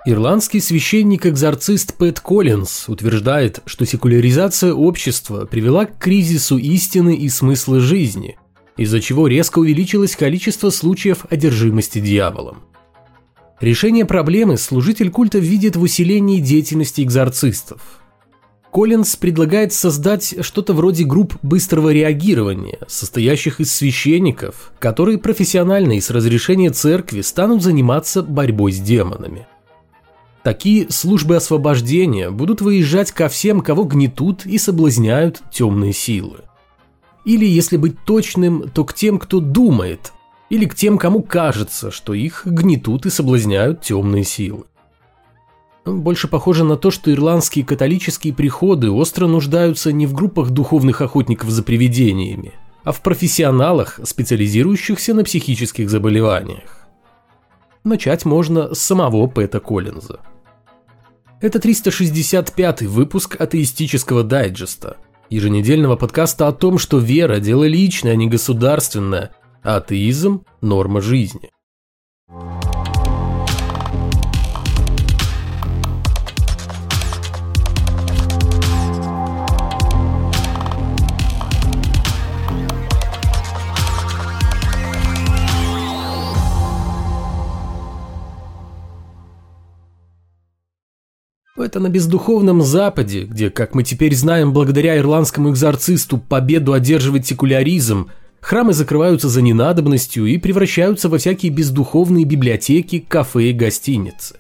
Ирландский священник-экзорцист Пэт Коллинз утверждает, что секуляризация общества привела к кризису истины и смысла жизни, из-за чего резко увеличилось количество случаев одержимости дьяволом. Решение проблемы служитель культа видит в усилении деятельности экзорцистов. Коллинз предлагает создать что-то вроде групп быстрого реагирования, состоящих из священников, которые профессионально и с разрешения церкви станут заниматься борьбой с демонами. Такие службы освобождения будут выезжать ко всем, кого гнетут и соблазняют темные силы. Или, если быть точным, то к тем, кто думает, или к тем, кому кажется, что их гнетут и соблазняют темные силы. Больше похоже на то, что ирландские католические приходы остро нуждаются не в группах духовных охотников за привидениями, а в профессионалах, специализирующихся на психических заболеваниях. Начать можно с самого Пэта Коллинза. Это 365-й выпуск атеистического дайджеста, еженедельного подкаста о том, что вера – дело личное, а не государственное, а атеизм – норма жизни. Это на бездуховном Западе, где, как мы теперь знаем, благодаря ирландскому экзорцисту победу одерживает секуляризм, храмы закрываются за ненадобностью и превращаются во всякие бездуховные библиотеки, кафе и гостиницы.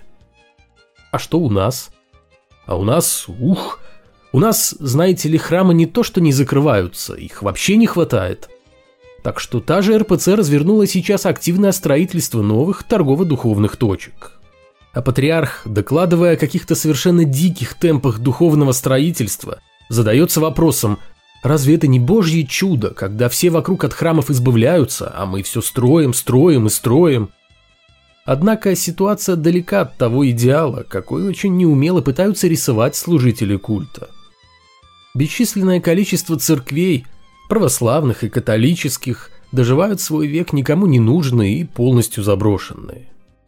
А что у нас? А у нас, у нас, знаете ли, храмы не то что не закрываются, их вообще не хватает. Так что та же РПЦ развернула сейчас активное строительство новых торгово-духовных точек. А патриарх, докладывая о каких-то совершенно диких темпах духовного строительства, задается вопросом: разве это не божье чудо, когда все вокруг от храмов избавляются, а мы все строим, строим и строим? Однако ситуация далека от того идеала, какой очень неумело пытаются рисовать служители культа. Бесчисленное количество церквей, православных и католических, доживают свой век никому не нужные и полностью заброшенные.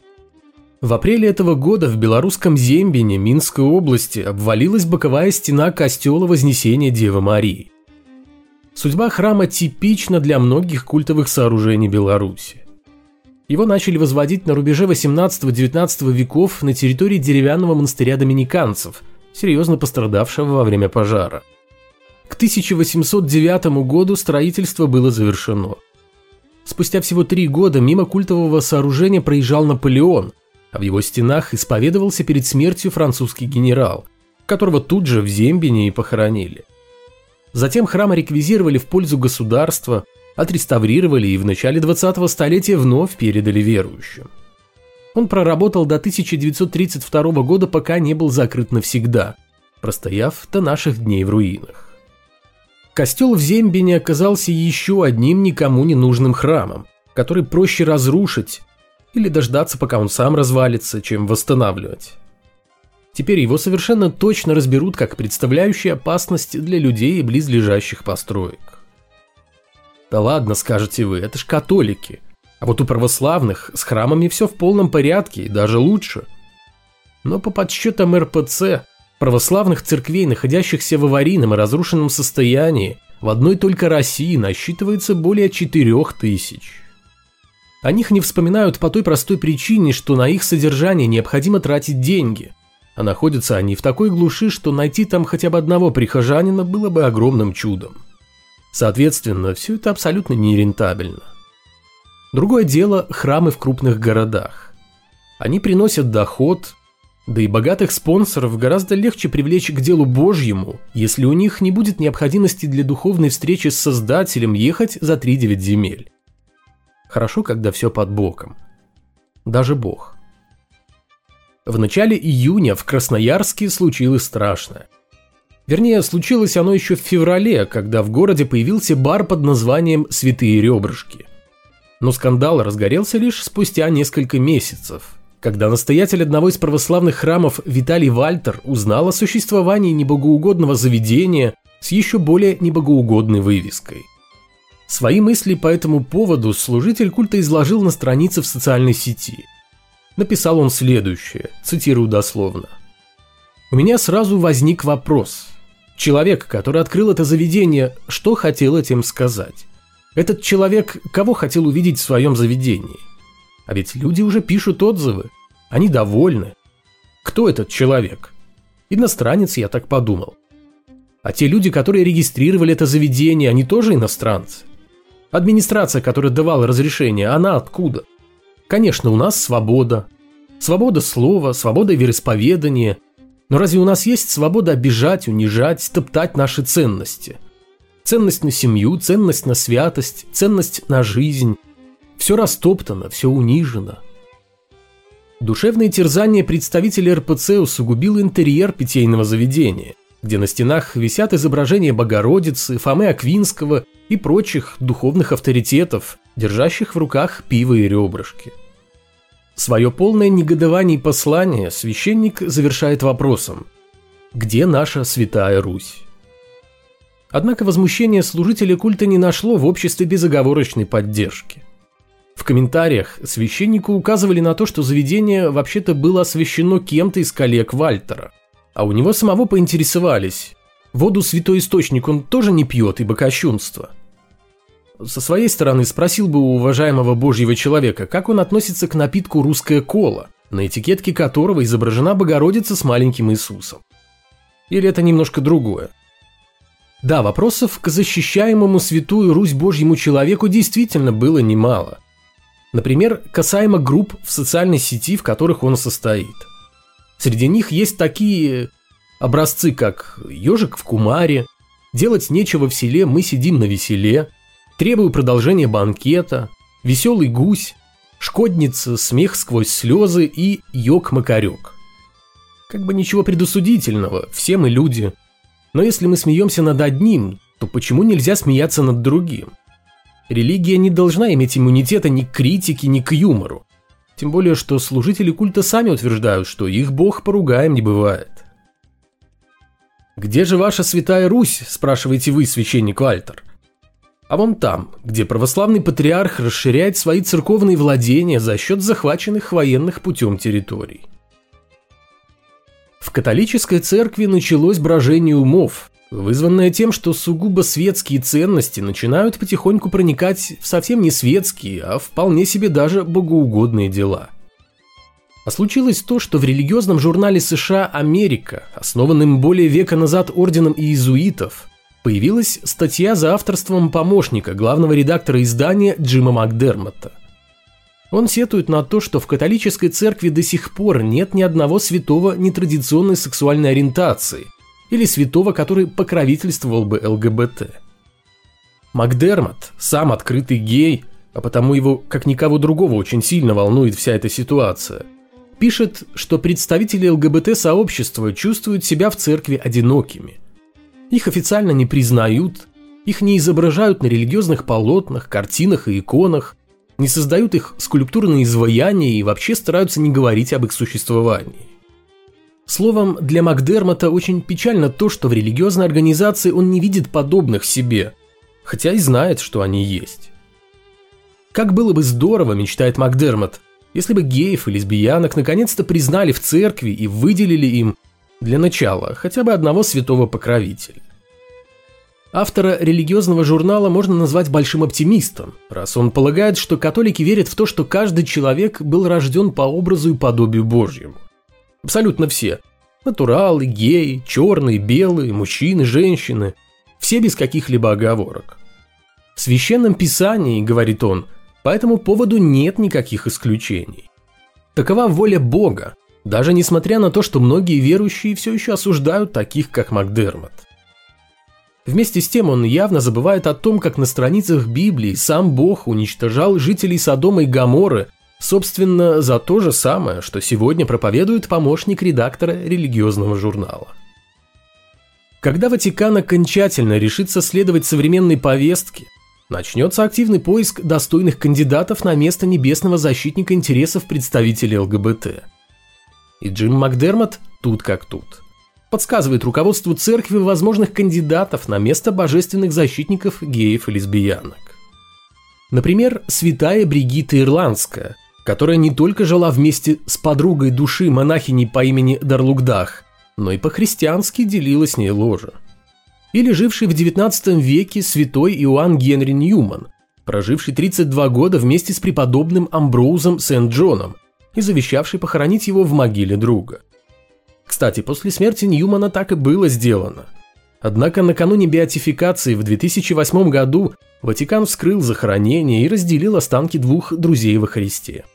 В апреле этого года в белорусском Зембине Минской области обвалилась боковая стена костела Вознесения Девы Марии. Судьба храма типична для многих культовых сооружений Беларуси. Его начали возводить на рубеже 18-19 веков на территории деревянного монастыря доминиканцев, серьезно пострадавшего во время пожара. К 1809 году строительство было завершено. Спустя всего 3 года мимо культового сооружения проезжал Наполеон, а в его стенах исповедовался перед смертью французский генерал, которого тут же в Зембине и похоронили. Затем храм реквизировали в пользу государства, отреставрировали и в начале 20-го столетия вновь передали верующим. Он проработал до 1932 года, пока не был закрыт навсегда, простояв до наших дней в руинах. Костел в Зембине оказался еще одним никому не нужным храмом, который проще разрушить или дождаться, пока он сам развалится, чем восстанавливать. Теперь его совершенно точно разберут как представляющий опасность для людей и близлежащих построек. Да ладно, скажете вы, это ж католики. А вот у православных с храмами все в полном порядке и даже лучше. Но по подсчетам РПЦ, православных церквей, находящихся в аварийном и разрушенном состоянии, в одной только России насчитывается более 4000. О них не вспоминают по той простой причине, что на их содержание необходимо тратить деньги, а находятся они в такой глуши, что найти там хотя бы одного прихожанина было бы огромным чудом. Соответственно, все это абсолютно нерентабельно. Другое дело – храмы в крупных городах. Они приносят доход, да и богатых спонсоров гораздо легче привлечь к делу Божьему, если у них не будет необходимости для духовной встречи с Создателем ехать за 3-9 земель. Хорошо, когда все под боком. Даже Бог. В начале июня в Красноярске случилось страшное. Вернее, случилось оно еще в феврале, когда в городе появился бар под названием «Святые ребрышки». Но скандал разгорелся лишь спустя несколько месяцев, когда настоятель одного из православных храмов Виталий Вальтер узнал о существовании небогоугодного заведения с еще более небогоугодной вывеской. Свои мысли по этому поводу служитель культа изложил на странице в социальной сети. написал он следующее, цитирую дословно. «У меня сразу возник вопрос. Человек, который открыл это заведение, что хотел этим сказать? Этот человек кого хотел увидеть в своем заведении? А ведь люди уже пишут отзывы, они довольны. Кто этот человек? Иностранец, я так подумал. А те люди, которые регистрировали это заведение, они тоже иностранцы? Администрация, которая давала разрешение, она откуда? Конечно, у нас свобода. Свобода слова, свобода вероисповедания. Но разве у нас есть свобода обижать, унижать, топтать наши ценности? Ценность на семью, ценность на святость, ценность на жизнь. Все растоптано, все унижено. Душевные терзания представителей РПЦ усугубил интерьер питейного заведения, где на стенах висят изображения Богородицы, Фомы Аквинского и прочих духовных авторитетов, держащих в руках пиво и ребрышки. Свое полное негодование и послание священник завершает вопросом: «Где наша Святая Русь?». Однако возмущение служителя культа не нашло в обществе безоговорочной поддержки. В комментариях священнику указывали на то, что заведение вообще-то было освящено кем-то из коллег Вальтера, а у него самого поинтересовались: воду святой источник он тоже не пьет, ибо кощунство? Со своей стороны спросил бы у уважаемого Божьего человека, как он относится к напитку «Русская кола», на этикетке которого изображена Богородица с маленьким Иисусом. Или это немножко другое? Да, вопросов к защищаемому Святую Русь Божьему человеку действительно было немало. Например, касаемо групп в социальной сети, в которых он состоит. Среди них есть такие образцы, как «Ежик в кумаре», «Делать нечего в селе, мы сидим на веселе», «Требую продолжения банкета», «Веселый гусь», «Шкодница», «Смех сквозь слезы» и «Ёк-макарёк». Как бы ничего предосудительного, все мы люди. Но если мы смеемся над одним, то почему нельзя смеяться над другим? Религия не должна иметь иммунитета ни к критике, ни к юмору. Тем более, что служители культа сами утверждают, что их бог поругаем не бывает. «Где же ваша Святая Русь?» – спрашиваете вы, священник Вальтер. А вон там, где православный патриарх расширяет свои церковные владения за счет захваченных военных путем территорий. В католической церкви началось брожение умов, вызванное тем, что сугубо светские ценности начинают потихоньку проникать в совсем не светские, а вполне себе даже богоугодные дела. А случилось то, что в религиозном журнале США «Америка», основанном более века назад орденом иезуитов, появилась статья за авторством помощника главного редактора издания Джима Макдермотта. Он сетует на то, что в католической церкви до сих пор нет ни одного святого нетрадиционной сексуальной ориентации или святого, который покровительствовал бы ЛГБТ. Макдермотт, сам открытый гей, а потому его, как никого другого, очень сильно волнует вся эта ситуация, пишет, что представители ЛГБТ-сообщества чувствуют себя в церкви одинокими. Их официально не признают, их не изображают на религиозных полотнах, картинах и иконах, не создают их скульптурные изваяния и вообще стараются не говорить об их существовании. Словом, для Макдермотта очень печально то, что в религиозной организации он не видит подобных себе, хотя и знает, что они есть. Как было бы здорово, мечтает Макдермотт, если бы геев и лесбиянок наконец-то признали в церкви и выделили им, для начала, хотя бы одного святого покровителя. Автора религиозного журнала можно назвать большим оптимистом, раз он полагает, что католики верят в то, что каждый человек был рожден по образу и подобию Божьему. Абсолютно все. Натуралы, геи, черные, белые, мужчины, женщины. Все без каких-либо оговорок. В Священном Писании, говорит он, по этому поводу нет никаких исключений. Такова воля Бога, даже несмотря на то, что многие верующие все еще осуждают таких, как Макдермотт. Вместе с тем он явно забывает о том, как на страницах Библии сам Бог уничтожал жителей Содома и Гоморры, собственно, за то же самое, что сегодня проповедует помощник редактора религиозного журнала. Когда Ватикан окончательно решится следовать современной повестке, начнется активный поиск достойных кандидатов на место небесного защитника интересов представителей ЛГБТ. И Джим Макдермотт тут как тут. Подсказывает руководству церкви возможных кандидатов на место божественных защитников геев и лесбиянок. Например, святая Бригитта Ирландская, которая не только жила вместе с подругой души монахиней по имени Дарлугдах, но и по-христиански делила с ней ложе. Или живший в XIX веке святой Иоанн Генри Ньюман, проживший 32 года вместе с преподобным Амброузом Сент-Джоном и завещавший похоронить его в могиле друга. Кстати, после смерти Ньюмана так и было сделано. Однако накануне беатификации в 2008 году Ватикан вскрыл захоронение и разделил останки двух друзей во Христе.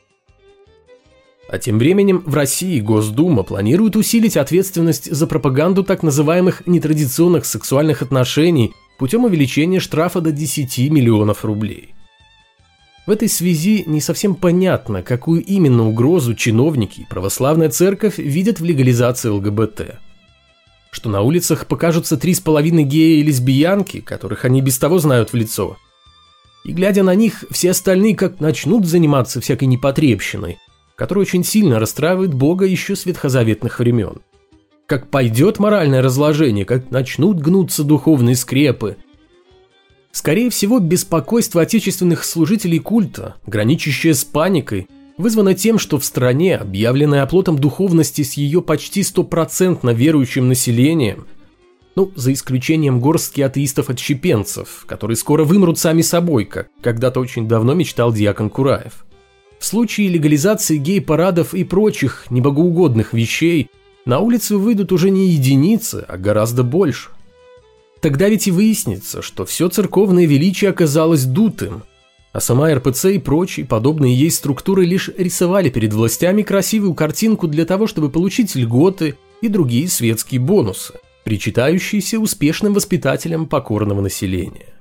А тем временем в России Госдума планирует усилить ответственность за пропаганду так называемых нетрадиционных сексуальных отношений путем увеличения штрафа до 10 миллионов рублей. В этой связи не совсем понятно, какую именно угрозу чиновники и православная церковь видят в легализации ЛГБТ. Что на улицах покажутся 3,5 гея и лесбиянки, которых они без того знают в лицо. И глядя на них, все остальные как начнут заниматься всякой непотребщиной, которая очень сильно расстраивает Бога еще с ветхозаветных времен. Как пойдет моральное разложение, как начнут гнуться духовные скрепы. Скорее всего, беспокойство отечественных служителей культа, граничащее с паникой, вызвано тем, что в стране, объявленной оплотом духовности с ее почти 100% верующим населением, за исключением горстки атеистов-отщепенцев, которые скоро вымрут сами собой, как когда-то очень давно мечтал диакон Кураев. В случае легализации гей-парадов и прочих небогоугодных вещей на улицу выйдут уже не единицы, а гораздо больше. Тогда ведь и выяснится, что все церковное величие оказалось дутым, а сама РПЦ и прочие подобные ей структуры лишь рисовали перед властями красивую картинку для того, чтобы получить льготы и другие светские бонусы, причитающиеся успешным воспитателям покорного населения.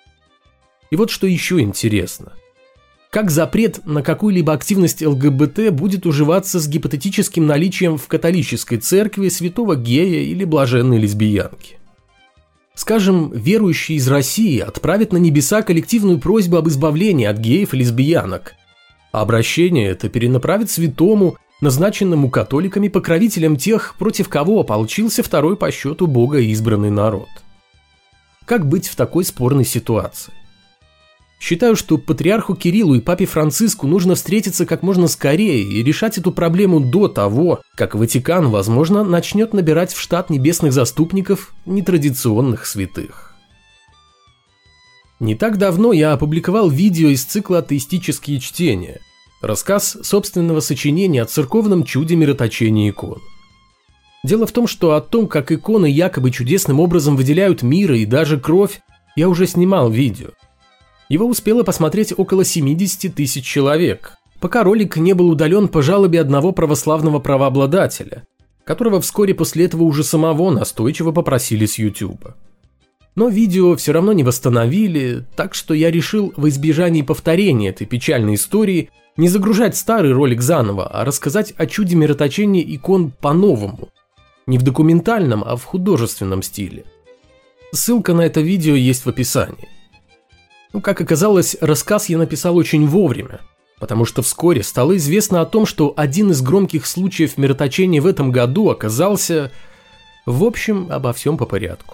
И вот что еще интересно. Как запрет на какую-либо активность ЛГБТ будет уживаться с гипотетическим наличием в католической церкви святого гея или блаженной лесбиянки? Скажем, верующие из России отправят на небеса коллективную просьбу об избавлении от геев и лесбиянок, а обращение это перенаправит святому, назначенному католиками покровителем тех, против кого ополчился второй по счету Бога избранный народ. Как быть в такой спорной ситуации? Считаю, что патриарху Кириллу и папе Франциску нужно встретиться как можно скорее и решать эту проблему до того, как Ватикан, возможно, начнет набирать в штат небесных заступников нетрадиционных святых. Не так давно я опубликовал видео из цикла «Атеистические чтения», рассказ собственного сочинения о церковном чуде мироточения икон. Дело в том, что о том, как иконы якобы чудесным образом выделяют мира и даже кровь, я уже снимал видео. Его успело посмотреть около 70 тысяч человек, пока ролик не был удален по жалобе одного православного правообладателя, которого вскоре после этого уже самого настойчиво попросили с YouTube. Но видео все равно не восстановили, так что я решил во избежании повторения этой печальной истории не загружать старый ролик заново, а рассказать о чуде мироточения икон по-новому, не в документальном, а в художественном стиле. Ссылка на это видео есть в описании. Как оказалось, рассказ я написал очень вовремя, потому что вскоре стало известно о том, что один из громких случаев мироточения в этом году оказался... В общем, обо всем по порядку.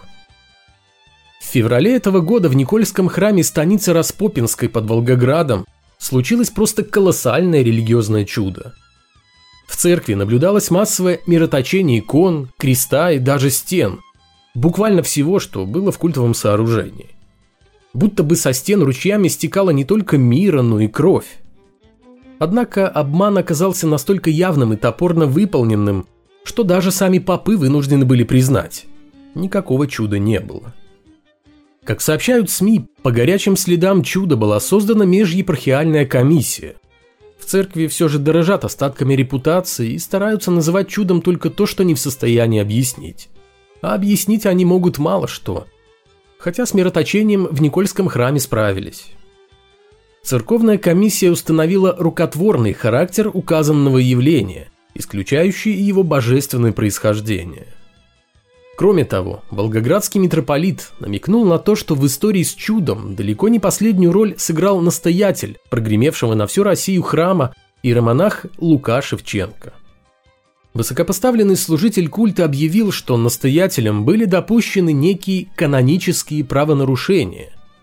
В феврале этого года в Никольском храме станицы Распопинской под Волгоградом случилось просто колоссальное религиозное чудо. В церкви наблюдалось массовое мироточение икон, креста и даже стен, буквально всего, что было в культовом сооружении. Будто бы со стен ручьями стекала не только мира, но и кровь. Однако обман оказался настолько явным и топорно выполненным, что даже сами попы вынуждены были признать – никакого чуда не было. Как сообщают СМИ, по горячим следам чуда была создана межепархиальная комиссия. В церкви все же дорожат остатками репутации и стараются называть чудом только то, что не в состоянии объяснить. А объяснить они могут мало что. Хотя с мироточением в Никольском храме справились. Церковная комиссия установила рукотворный характер указанного явления, исключающий его божественное происхождение. Кроме того, волгоградский митрополит намекнул на то, что в истории с чудом далеко не последнюю роль сыграл настоятель, прогремевшего на всю Россию храма, иеромонах Лука Шевченко. Высокопоставленный служитель культа объявил, что настоятелем были допущены некие канонические правонарушения,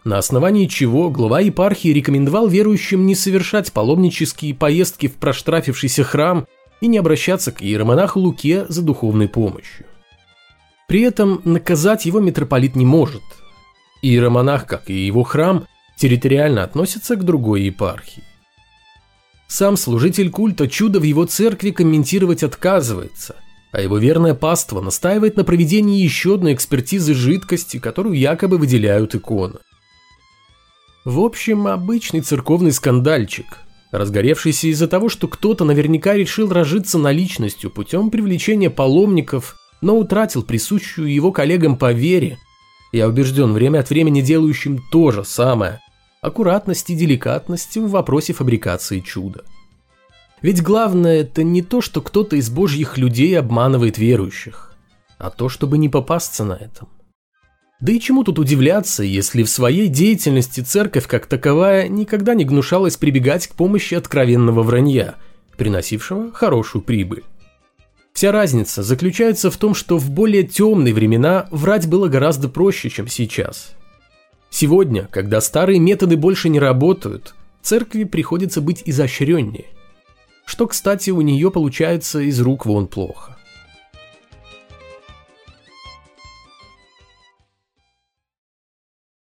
на основании чего глава епархии рекомендовал верующим не совершать паломнические поездки в проштрафившийся храм и не обращаться к иеромонаху Луке за духовной помощью. При этом наказать его митрополит не может. Иеромонах, как и его храм, территориально относится к другой епархии. Сам служитель культа чудо в его церкви комментировать отказывается, а его верная паства настаивает на проведении еще одной экспертизы жидкости, которую якобы выделяют иконы. В общем, обычный церковный скандальчик, разгоревшийся из-за того, что кто-то наверняка решил разжиться наличностью путем привлечения паломников, но утратил присущую его коллегам по вере, я убежден, время от времени делающим то же самое, аккуратность и деликатность в вопросе фабрикации чуда. Ведь главное это не то, что кто-то из божьих людей обманывает верующих, а то, чтобы не попасться на этом. Да и чему тут удивляться, если в своей деятельности церковь как таковая никогда не гнушалась прибегать к помощи откровенного вранья, приносившего хорошую прибыль. Вся разница заключается в том, что в более темные времена врать было гораздо проще, чем сейчас. Сегодня, когда старые методы больше не работают, церкви приходится быть изощреннее. Что, кстати, у нее получается из рук вон плохо.